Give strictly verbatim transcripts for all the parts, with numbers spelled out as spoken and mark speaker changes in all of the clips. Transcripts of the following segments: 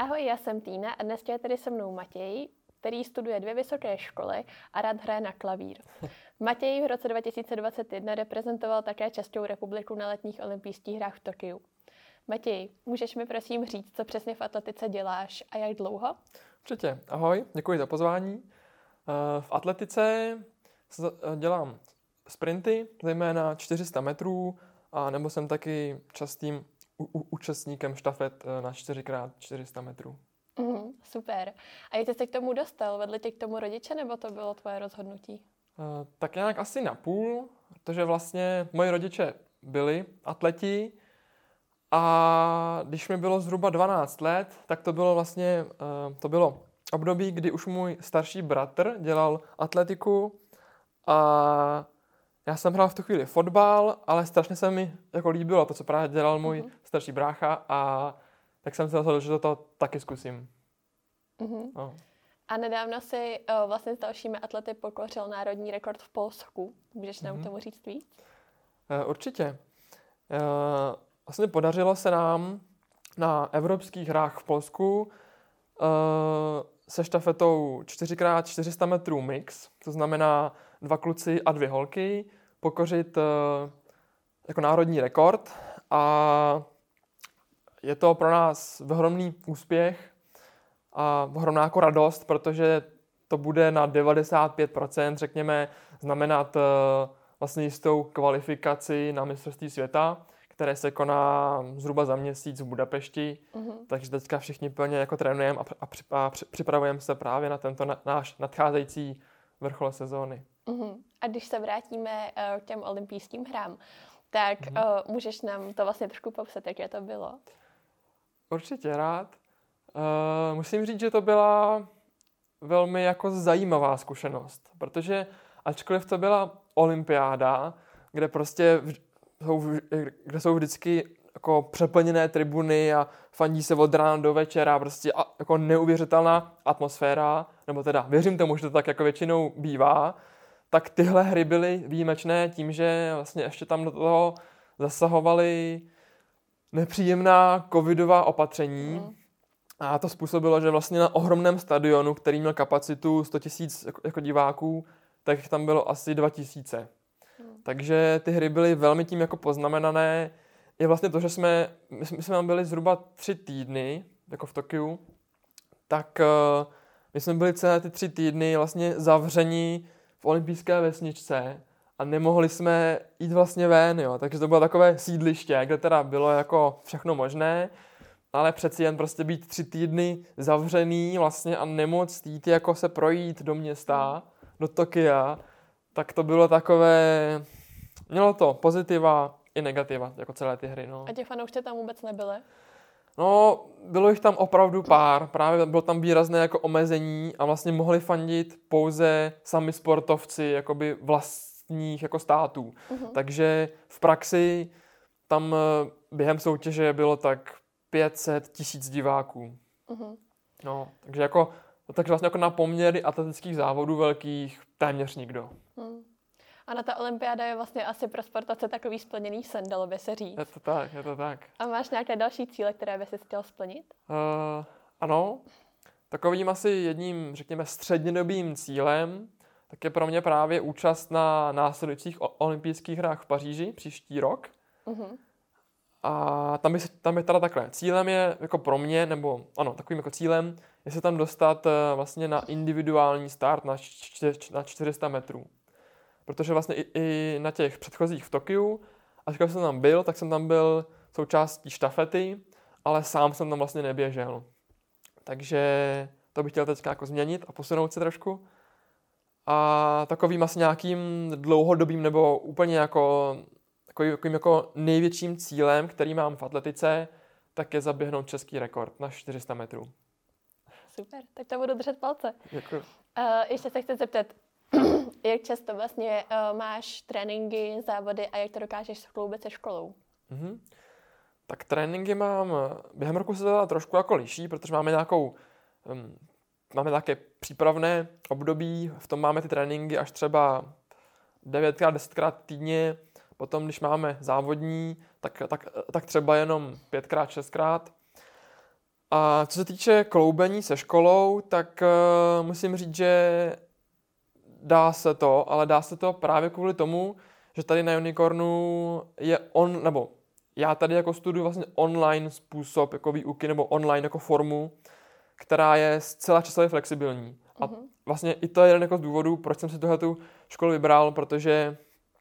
Speaker 1: Ahoj, já jsem Týna a dnes je tady se mnou Matěj, který studuje dvě vysoké školy a rád hraje na klavír. Matěj v roce dva tisíce dvacet jedna reprezentoval také Českou republiku na letních olympijských hrách v Tokiu. Matěj, můžeš mi prosím říct, co přesně v atletice děláš a jak dlouho?
Speaker 2: Určitě. Ahoj, děkuji za pozvání. V atletice dělám sprinty, zejména čtyři sta metrů, a nebo jsem taky častým účastníkem štafet na čtyři krát čtyři sta metrů.
Speaker 1: Mm, super. A jak jsi se k tomu dostal? Vedli tě k tomu rodiče, nebo to bylo tvoje rozhodnutí?
Speaker 2: Uh, tak nějak asi napůl, protože vlastně moji rodiče byli atleti a když mi bylo zhruba dvanáct let, tak to bylo vlastně uh, to bylo období, kdy už můj starší bratr dělal atletiku a já jsem hrál v tu chvíli fotbal, ale strašně se mi jako líbilo to, co právě dělal můj uh-huh. starší brácha, a tak jsem se rozhodl, že to taky zkusím.
Speaker 1: Uh-huh.
Speaker 2: No.
Speaker 1: A nedávno si uh, vlastně s dalšími atlety pokořil národní rekord v Polsku. Můžeš nám uh-huh. k tomu říct víc?
Speaker 2: Uh, určitě. Uh, vlastně podařilo se nám na evropských hrách v Polsku uh, se štafetou čtyři krát čtyři sta metrů mix, to znamená dva kluci a dvě holky, pokořit uh, jako národní rekord, a je to pro nás ohromný úspěch a ohromná jako radost, protože to bude na devadesát pět procent, řekněme, znamenat uh, vlastně jistou kvalifikaci na mistrovství světa, které se koná zhruba za měsíc v Budapešti, uh-huh. takže teďka všichni plně jako trénujeme a, a, při, a při, připravujeme se právě na tento na, náš nadcházející vrchol sezóny.
Speaker 1: Uh-huh. A když se vrátíme uh, k těm olympijským hrám, tak uh-huh. uh, můžeš nám to vlastně trošku popsat, jaké to bylo?
Speaker 2: Určitě rád. Uh, musím říct, že to byla velmi jako zajímavá zkušenost, protože ačkoliv to byla olympiáda, kde prostě v, jsou, kde jsou vždycky jako přeplněné tribuny a fandí se od rána do večera, prostě a, jako neuvěřitelná atmosféra, nebo teda věřím tomu, že to tak jako většinou bývá, tak tyhle hry byly výjimečné tím, že vlastně ještě tam do toho zasahovaly nepříjemná covidová opatření, mm. a to způsobilo, že vlastně na ohromném stadionu, který měl kapacitu sto tisíc jako, jako diváků, tak tam bylo asi dva tisíce. Mm. Takže ty hry byly velmi tím jako poznamenané. Je vlastně to, že jsme, my jsme tam byli zhruba tři týdny, jako v Tokiu, tak uh, my jsme byli celé ty tři týdny vlastně zavření v olympijské vesničce a nemohli jsme jít vlastně ven, jo. Takže to bylo takové sídliště, kde teda bylo jako všechno možné, ale přeci jen prostě být tři týdny zavřený vlastně a nemoct jít jako se projít do města, do Tokia, tak to bylo takové, mělo to pozitiva i negativa, jako celé ty hry, no.
Speaker 1: A těch fanoušci tam vůbec nebyly?
Speaker 2: No, bylo jich tam opravdu pár, právě bylo tam výrazné jako omezení a vlastně mohli fandit pouze sami sportovci, jakoby vlastních jako států. Uh-huh. Takže v praxi tam během soutěže bylo tak pět set tisíc diváků. Uh-huh. No, takže jako, takže vlastně jako na poměry atletických závodů velkých téměř nikdo. Uh-huh.
Speaker 1: A na ta olympiáda je vlastně asi pro sportovce takový splněný sen, dalo by se říct.
Speaker 2: Je to tak, je to tak.
Speaker 1: A máš nějaké další cíle, které by si chtěl splnit?
Speaker 2: Uh, ano. Takovým asi jedním, řekněme, střednědobým cílem tak je pro mě právě účast na následujících olympijských hrách v Paříži příští rok. Uh-huh. A tam je, tam je teda takhle. Cílem je jako pro mě, nebo ano, takovým jako cílem je se tam dostat uh, vlastně na individuální start na, čtyř, na čtyři sta metrů. Protože vlastně i, i na těch předchozích v Tokiu, až když jsem tam byl, tak jsem tam byl součástí štafety, ale sám jsem tam vlastně neběžel. Takže to bych chtěl teďka jako změnit a posunout se trošku. A takovým asi nějakým dlouhodobým nebo úplně jako, takovým jako největším cílem, který mám v atletice, tak je zaběhnout český rekord na čtyři sta metrů.
Speaker 1: Super, tak to budu držet palce.
Speaker 2: Děkuji.
Speaker 1: Uh, ještě se chci zeptat, jak často vlastně uh, máš tréninky, závody a jak to dokážeš skloubit se školou?
Speaker 2: Mm-hmm. Tak tréninky mám, během roku se to trošku jako liší, protože máme nějakou, um, máme nějaké přípravné období, v tom máme ty tréninky až třeba devětkrát, desetkrát týdně, potom když máme závodní, tak, tak, tak třeba jenom pětkrát, šestkrát. A co se týče kloubení se školou, tak uh, musím říct, že dá se to, ale dá se to právě kvůli tomu, že tady na Unicornu je on, nebo já tady jako studuju vlastně online způsob jako výuky nebo online jako formu, která je zcela časově flexibilní. A vlastně i to je jeden jako z důvodů, proč jsem si tuhletu školu vybral, protože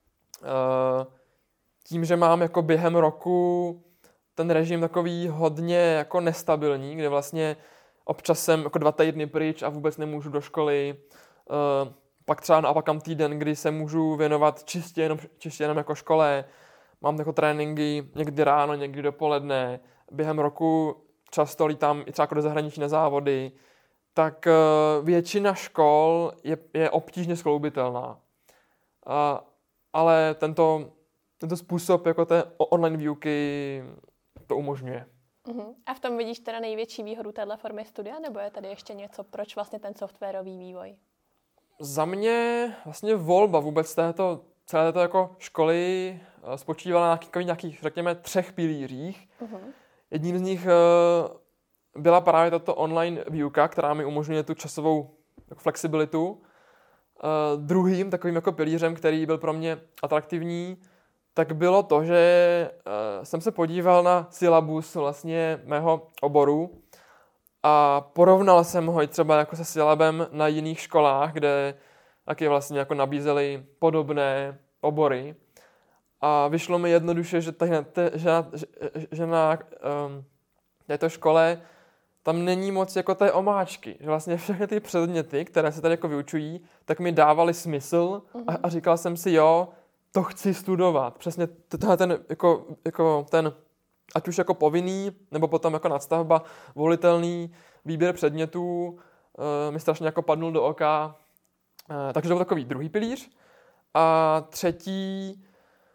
Speaker 2: uh, tím, že mám jako během roku ten režim takový hodně jako nestabilní, kde vlastně občas jsem jako dva týdny pryč a vůbec nemůžu do školy, uh, pak třeba naopak kam týden, kdy se můžu věnovat čistě jenom, čistě jenom jako škole, mám jako tréninky někdy ráno, někdy dopoledne, během roku často lítám i třeba jako do zahraničí na závody, tak uh, většina škol je, je obtížně skloubitelná. Uh, ale tento, tento způsob jako té online výuky to umožňuje.
Speaker 1: Uh-huh. A v tom vidíš teda největší výhodu téhle formy studia, nebo je tady ještě něco, proč vlastně ten softwarový vývoj?
Speaker 2: Za mě vlastně volba vůbec této, celé této jako školy spočívala na nějakých, nějakých, řekněme, třech pilířích. Uh-huh. Jedním z nich uh, byla právě tato online výuka, která mi umožňuje tu časovou jako flexibilitu. Uh, druhým takovým jako pilířem, který byl pro mě atraktivní, tak bylo to, že uh, jsem se podíval na syllabus vlastně mého oboru a porovnal jsem ho i třeba jako se syllabem na jiných školách, kde taky vlastně jako nabízeli podobné obory. A vyšlo mi jednoduše, že, tady, že, na, že, že na um, této škole tam není moc jako té omáčky. Že vlastně všechny ty předměty, které se tady jako vyučují, tak mi dávaly smysl a, a říkal jsem si, jo, to chci studovat. Přesně tenhle ten, jako, jako ten, ať už jako povinný, nebo potom jako nadstavba, volitelný výběr předmětů, uh, mi strašně jako padnul do oka. Uh, takže to byl takový druhý pilíř. A třetí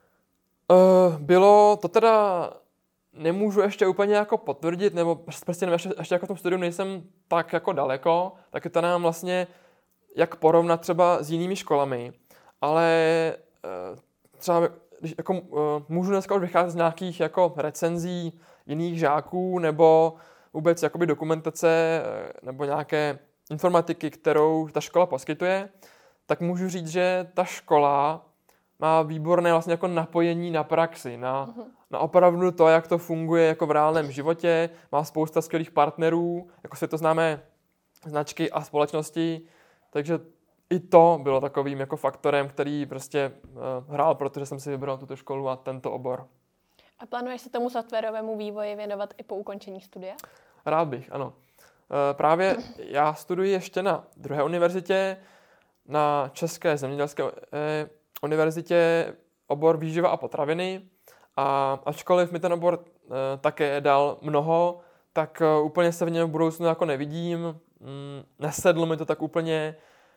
Speaker 2: uh, bylo, to teda nemůžu ještě úplně jako potvrdit, nebo prostě nevím, ještě, ještě jako v tom studiu nejsem tak jako daleko, tak je to nám vlastně jak porovnat třeba s jinými školami, ale uh, třeba když jako, uh, můžu dneska už vycházet z nějakých jako recenzí jiných žáků nebo vůbec jakoby dokumentace nebo nějaké informatiky, kterou ta škola poskytuje, tak můžu říct, že ta škola má výborné vlastně jako napojení na praxi, na, uh-huh. na opravdu to, jak to funguje jako v reálném životě, má spousta skvělých partnerů, jako světoznámé značky a společnosti, takže i to bylo takovým jako faktorem, který prostě uh, hrál, protože jsem si vybral tuto školu a tento obor.
Speaker 1: A plánuješ se tomu softwarovému vývoji věnovat i po ukončení studia?
Speaker 2: Rád bych, ano. Uh, právě já studuji ještě na druhé univerzitě, na České zemědělské uh, univerzitě obor výživa a potraviny a ačkoliv mi ten obor uh, také dal mnoho, tak uh, úplně se v něm v budoucnu jako nevidím, mm, nesedlo mi to tak úplně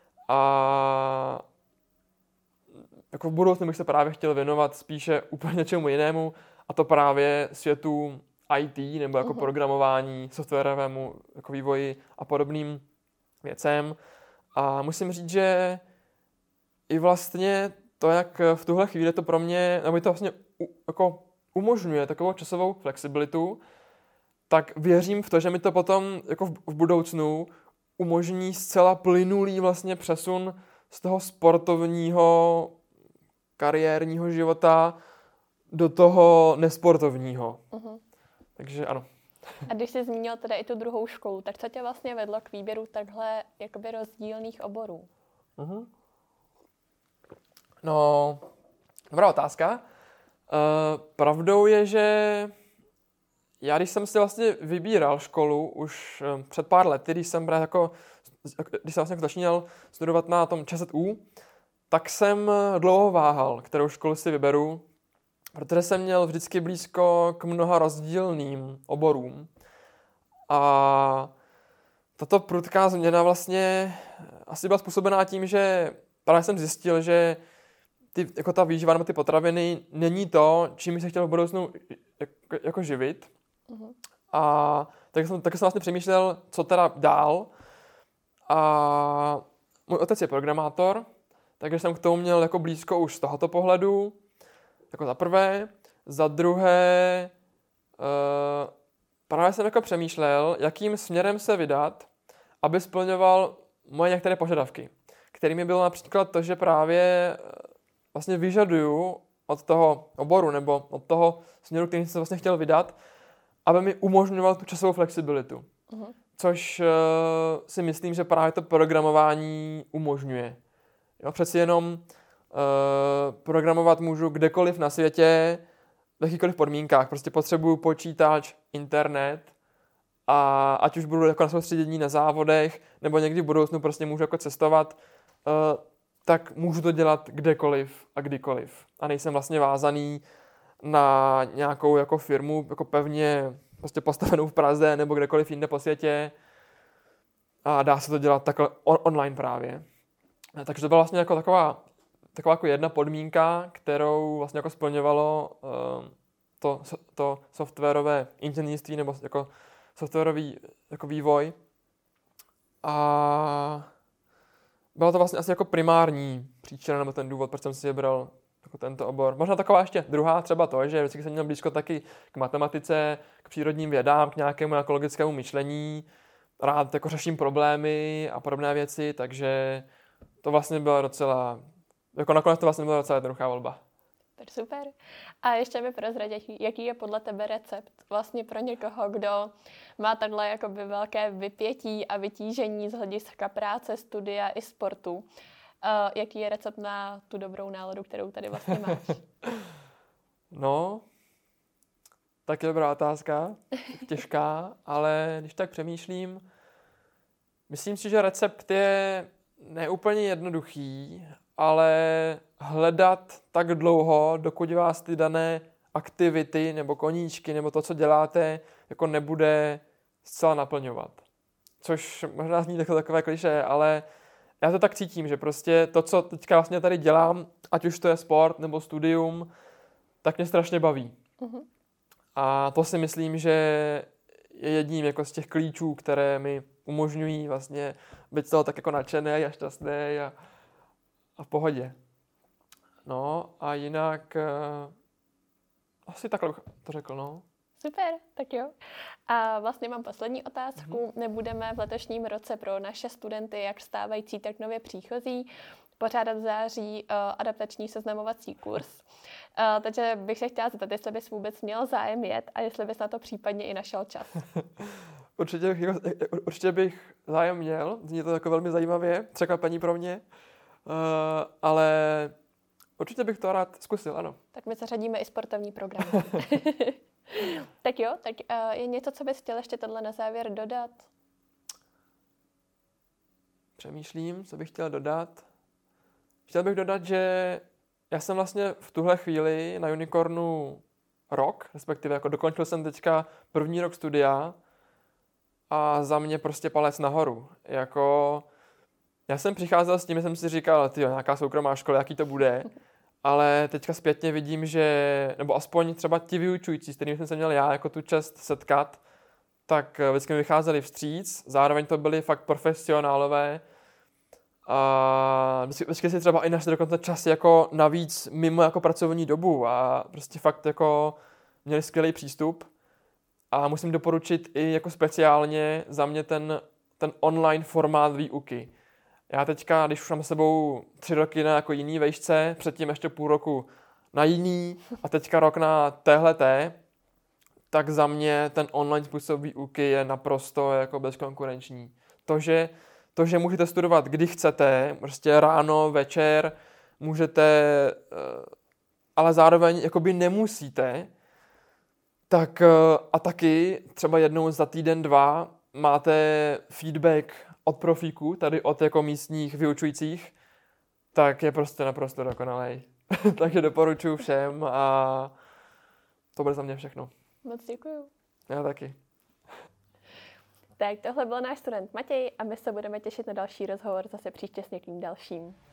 Speaker 2: a jako v budoucnu bych se právě chtěl věnovat spíše úplně něčemu jinému a to právě světu í té nebo jako uh-huh. programování, softwarovému jako vývoji a podobným věcem. A musím říct, že i vlastně to, jak v tuhle chvíli to pro mě, nebo to vlastně u, jako umožňuje takovou časovou flexibilitu, tak věřím v to, že mi to potom jako v, v budoucnu umožní zcela plynulý vlastně přesun z toho sportovního kariérního života do toho nesportovního. Uh-huh. Takže ano.
Speaker 1: A když jsi zmínil teda i tu druhou školu, tak co tě vlastně vedlo k výběru takhle jakoby rozdílných oborů?
Speaker 2: Uh-huh. No, dobrá otázka. Uh, pravdou je, že já když jsem si vlastně vybíral školu už um, před pár lety, když jsem právě jako, když jsem vlastně začínal studovat na tom ČSÚ, tak jsem dlouho váhal, kterou školu si vyberu, protože jsem měl vždycky blízko k mnoha rozdílným oborům. A tato prudká změna vlastně asi byla způsobená tím, že právě jsem zjistil, že ty, jako ta výživa nebo ty potraviny není to, čím bych se chtěl v budoucnu jako, jako živit. Uh-huh. A tak jsem, tak jsem vlastně přemýšlel, co teda dál. A můj otec je programátor, takže jsem k tomu měl jako blízko už z tohoto pohledu, jako za prvé. Za druhé, uh, právě jsem jako přemýšlel, jakým směrem se vydat, aby splňoval moje některé požadavky, kterými bylo například to, že právě vlastně vyžaduju od toho oboru nebo od toho směru, který jsem vlastně chtěl vydat, aby mi umožňoval tu časovou flexibilitu. Uh-huh. Což uh, si myslím, že právě to programování umožňuje. Jo, přeci jenom uh, programovat můžu kdekoliv na světě, v jakýchkoliv podmínkách. Prostě potřebuju počítač, internet a ať už budu jako na soustředění na závodech, nebo někdy v budoucnu prostě můžu jako cestovat, uh, tak můžu to dělat kdekoliv a kdykoliv. A nejsem vlastně vázaný na nějakou jako firmu, jako pevně prostě postavenou v Praze nebo kdekoliv jinde po světě. A dá se to dělat takhle on- online právě. Takže to byla vlastně jako taková, taková jako jedna podmínka, kterou vlastně jako splňovalo uh, to, to softwarové inženýrství nebo jako softwarový jako vývoj. A byla to vlastně asi jako primární příčina nebo ten důvod, proč jsem si vybral jako tento obor. Možná taková ještě druhá třeba to, že vždycky jsem měl blízko taky k matematice, k přírodním vědám, k nějakému jako logickému myšlení. Rád jako řeším problémy a podobné věci, takže to vlastně byla docela, jako nakonec to vlastně byla docela jednoduchá volba.
Speaker 1: Super. A ještě mi prozrať, jaký, jaký je podle tebe recept vlastně pro někoho, kdo má takhle jakoby velké vypětí a vytížení z hlediska práce, studia i sportu. Uh, jaký je recept na tu dobrou náladu, kterou tady vlastně máš?
Speaker 2: No, tak je dobrá otázka, těžká, ale když tak přemýšlím, myslím si, že recept je neúplně jednoduchý, ale hledat tak dlouho, dokud vás ty dané aktivity nebo koníčky nebo to, co děláte, jako nebude zcela naplňovat. Což možná zní jako takové klišé, ale já to tak cítím, že prostě to, co teďka vlastně tady dělám, ať už to je sport nebo studium, tak mě strašně baví. Uh-huh. A to si myslím, že je jedním jako z těch klíčů, které mi umožňují vlastně být z toho tak jako nadšený a šťastný a, a v pohodě. No a jinak uh, asi takhle to řekl, no.
Speaker 1: Super, tak jo. A vlastně mám poslední otázku. Mm-hmm. Nebudeme v letošním roce pro naše studenty, jak stávající, tak nově příchozí, pořádat v září uh, adaptační seznamovací kurz. Uh, takže bych se chtěla zeptat, jestli bys vůbec měl zájem jet a jestli bys na to případně i našel čas.
Speaker 2: určitě, bych, určitě bych zájem měl. Zní to jako velmi zajímavě, překvapení pro mě. Uh, ale určitě bych to rád zkusil, ano.
Speaker 1: Tak my zařadíme i sportovní program. Tak jo, tak uh, je něco, co bys chtěl ještě tohle na závěr dodat?
Speaker 2: Přemýšlím, co bych chtěl dodat. Chtěl bych dodat, že já jsem vlastně v tuhle chvíli na Unicornu rok, respektive jako dokončil jsem teďka první rok studia a za mě prostě palec nahoru. Jako, já jsem přicházel s tím, že jsem si říkal, tyjo, nějaká soukromá škola, jaký to bude, ale teďka zpětně vidím, že, nebo aspoň třeba ti vyučující, s kterými jsem se měl já jako tu čest setkat, tak vždycky mi vycházeli vstříc, zároveň to byli fakt profesionálové a vždycky, vždycky si třeba i našli dokonce čas jako navíc mimo jako pracovní dobu a prostě fakt jako měli skvělý přístup a musím doporučit i jako speciálně za mě ten, ten online formát výuky. Já teďka, když už mám s sebou tři roky na jako jiný vejšce, předtím ještě půl roku na jiný a teďka rok na téhleté, tak za mě ten online způsob výuky je naprosto jako bezkonkurenční. To, že, to, že můžete studovat kdy chcete, prostě ráno, večer, můžete, ale zároveň jakoby nemusíte, tak a taky třeba jednou za týden, dva máte feedback od profíků, tady od jako místních vyučujících, tak je prostě naprosto dokonalej. Takže doporučuji všem a to bude za mě všechno.
Speaker 1: Moc děkuju.
Speaker 2: Já taky.
Speaker 1: Tak tohle byl náš student Matěj a my se budeme těšit na další rozhovor zase příště s někým dalším.